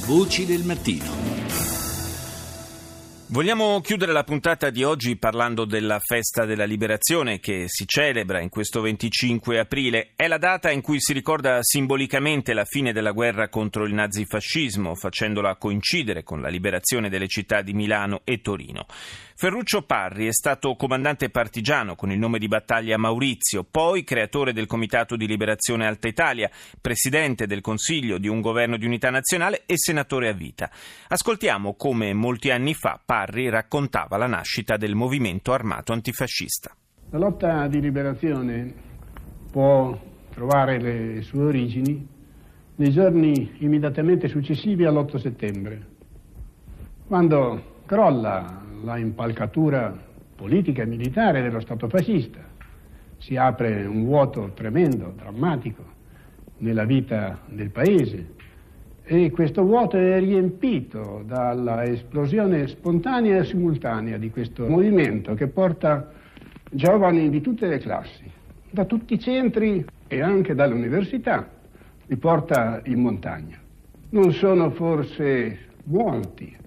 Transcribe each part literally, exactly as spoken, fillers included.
Voci del mattino. Vogliamo chiudere la puntata di oggi parlando della Festa della Liberazione che si celebra in questo venticinque aprile. È la data in cui si ricorda simbolicamente la fine della guerra contro il nazifascismo, facendola coincidere con la liberazione delle città di Milano e Torino. Ferruccio Parri è stato comandante partigiano con il nome di battaglia Maurizio, poi creatore del Comitato di Liberazione Alta Italia, presidente del Consiglio di un governo di unità nazionale e senatore a vita. Ascoltiamo come molti anni fa Parri raccontava la nascita del movimento armato antifascista. La lotta di liberazione può trovare le sue origini nei giorni immediatamente successivi all'otto settembre, quando crolla la impalcatura politica e militare dello Stato fascista. Si apre un vuoto tremendo, drammatico, nella vita del Paese e questo vuoto è riempito dalla esplosione spontanea e simultanea di questo movimento che porta giovani di tutte le classi, da tutti i centri e anche dalle università, li porta in montagna. Non sono forse molti,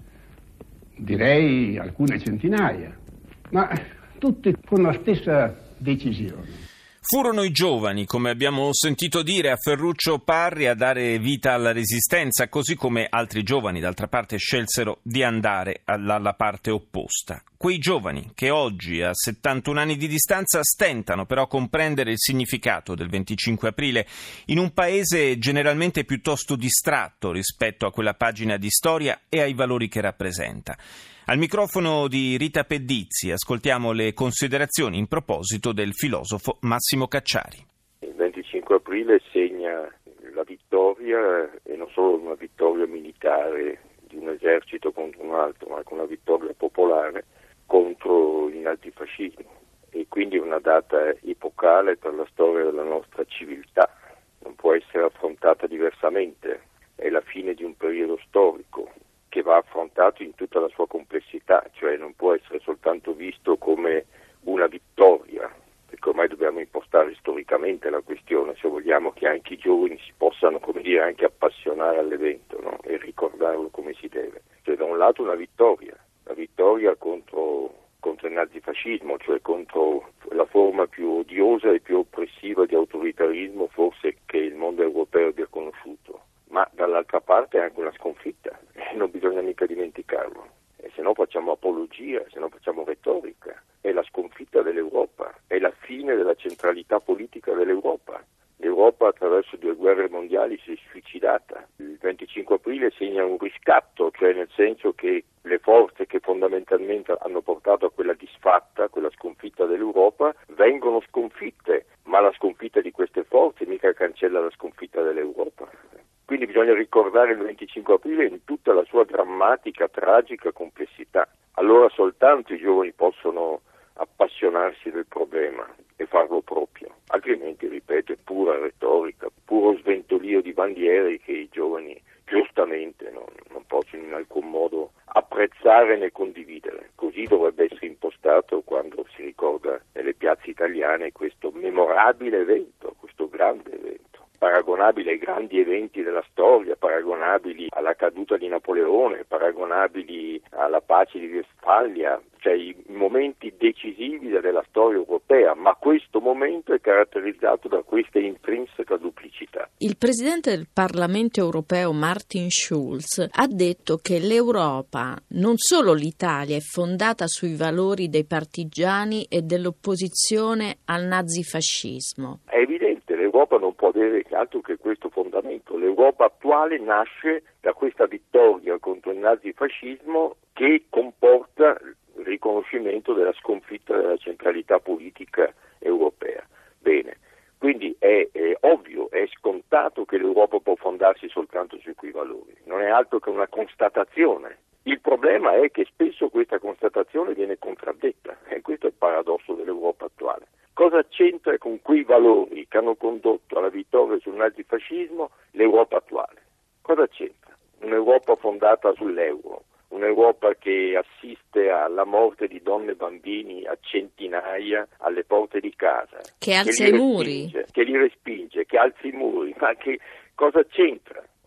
direi alcune centinaia, ma tutti con la stessa decisione. Furono i giovani, come abbiamo sentito dire a Ferruccio Parri, a dare vita alla resistenza, così come altri giovani, d'altra parte, scelsero di andare alla parte opposta. Quei giovani che oggi, a settantuno anni di distanza, stentano però a comprendere il significato del venticinque aprile in un paese generalmente piuttosto distratto rispetto a quella pagina di storia e ai valori che rappresenta. Al microfono di Rita Pedizzi ascoltiamo le considerazioni in proposito del filosofo Massimo Cacciari. Il venticinque aprile segna la vittoria, e non solo una vittoria militare di un esercito contro un altro, ma anche una vittoria popolare contro il nazifascismo. E quindi è una data epocale per la storia della nostra civiltà. Non può essere affrontata diversamente. È la fine di un periodo storico che va affrontato in tutta la sua complessità, cioè non può essere soltanto visto come una vittoria, perché ormai dobbiamo impostare storicamente la questione, se vogliamo che anche i giovani si possano, come dire, anche appassionare all'evento, no? E ricordarlo come si deve. Cioè da un lato una vittoria, la vittoria contro, contro il nazifascismo, cioè contro la forma più odiosa e più oppressiva di autoritarismo forse che il mondo europeo abbia conosciuto. Ma dall'altra parte è anche una sconfitta, e non bisogna mica dimenticarlo, e se no facciamo apologia, se no facciamo retorica. È la sconfitta dell'Europa, è la fine della centralità politica dell'Europa. L'Europa attraverso due guerre mondiali si è suicidata. Il venticinque aprile segna un riscatto, cioè nel senso che le forze che fondamentalmente hanno portato a quella disfatta, quella sconfitta dell'Europa, vengono sconfitte, ma la sconfitta di queste forze mica cancella la sconfitta dell'Europa. Quindi bisogna ricordare il venticinque aprile in tutta la sua drammatica, tragica complessità. Allora soltanto i giovani possono appassionarsi del problema e farlo proprio. Altrimenti, ripeto, è pura retorica, puro sventolio di bandiere che i giovani giustamente non, non possono in alcun modo apprezzare né condividere. Così dovrebbe essere impostato quando si ricorda nelle piazze italiane questo memorabile evento, questo grande evento, paragonabili ai grandi eventi della storia, paragonabili alla caduta di Napoleone, paragonabili alla pace di Westfalia, cioè i momenti decisivi della storia europea, ma questo momento è caratterizzato da questa intrinseca duplicità. Il presidente del Parlamento europeo Martin Schulz ha detto che l'Europa, non solo l'Italia, è fondata sui valori dei partigiani e dell'opposizione al nazifascismo. È evidente, l'Europa non può avere altro che questo fondamento. L'Europa attuale nasce da questa vittoria contro il nazifascismo che comporta il riconoscimento della sconfitta della centralità politica europea. Bene, quindi è, è ovvio, è scontato che l'Europa può fondarsi soltanto su quei valori, non è altro che una constatazione. Il problema è che spesso questa constatazione viene contraddetta, e questo è il paradosso dell'Europa attuale. Cosa c'entra con quei valori che hanno condotto alla vittoria sul nazifascismo l'Europa attuale? Cosa c'entra? Un'Europa fondata sull'euro, un'Europa che assiste alla morte di donne e bambini a centinaia alle porte di casa, che alza i muri, che li respinge, che alza i muri, ma che cosa c'entra?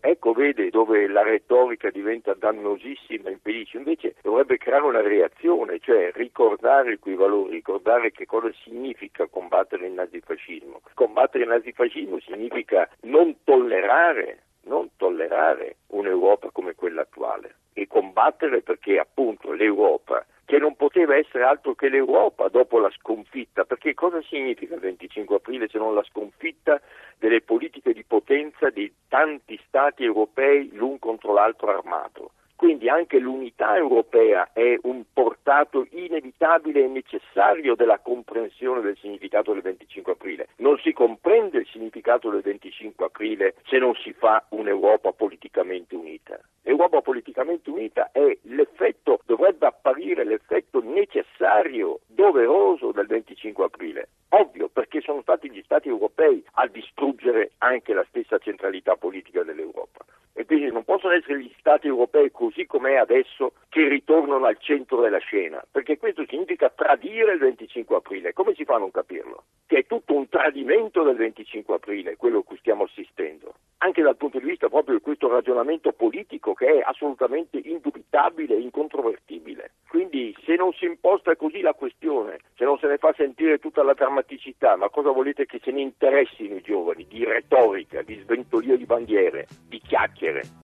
Ecco, vede, dove la retorica diventa dannosissima e impedisce, invece dovrebbe creare una reazione, cioè ricordare quei valori, ricordare che cosa significa combattere il nazifascismo. Combattere il nazifascismo significa non tollerare, non tollerare un'Europa come quella attuale e combattere perché appunto l'Europa, che non poteva essere altro che l'Europa dopo la sconfitta, perché cosa significa il venticinque aprile se non la sconfitta delle politiche di potenza di tanti stati europei l'un contro l'altro armato? Quindi anche l'unità europea è un portato inevitabile e necessario della comprensione del significato del venticinque aprile. Non si comprende il significato del venticinque aprile se non si fa un'Europa politicamente unita. L'Europa politicamente unita è l'effetto, dovrebbe apparire l'effetto necessario, doveroso del venticinque aprile. Ovvio, perché sono stati gli Stati europei a distruggere anche la stessa centralità politica dell'Europa. E quindi non possono essere gli Stati europei così com'è adesso che ritornano al centro della scena, perché questo significa tradire il venticinque aprile. Come si fa a non capirlo? Che è tutto un tradimento del venticinque aprile, quello a cui stiamo assistendo. Anche dal punto di vista proprio di questo ragionamento politico che è assolutamente indubitabile e incontrovertibile. Quindi se non si imposta così la questione, se non se ne fa sentire tutta la drammaticità, ma cosa volete che se ne interessino i giovani? Di retorica, di sventolio di bandiere, di chiacchiere.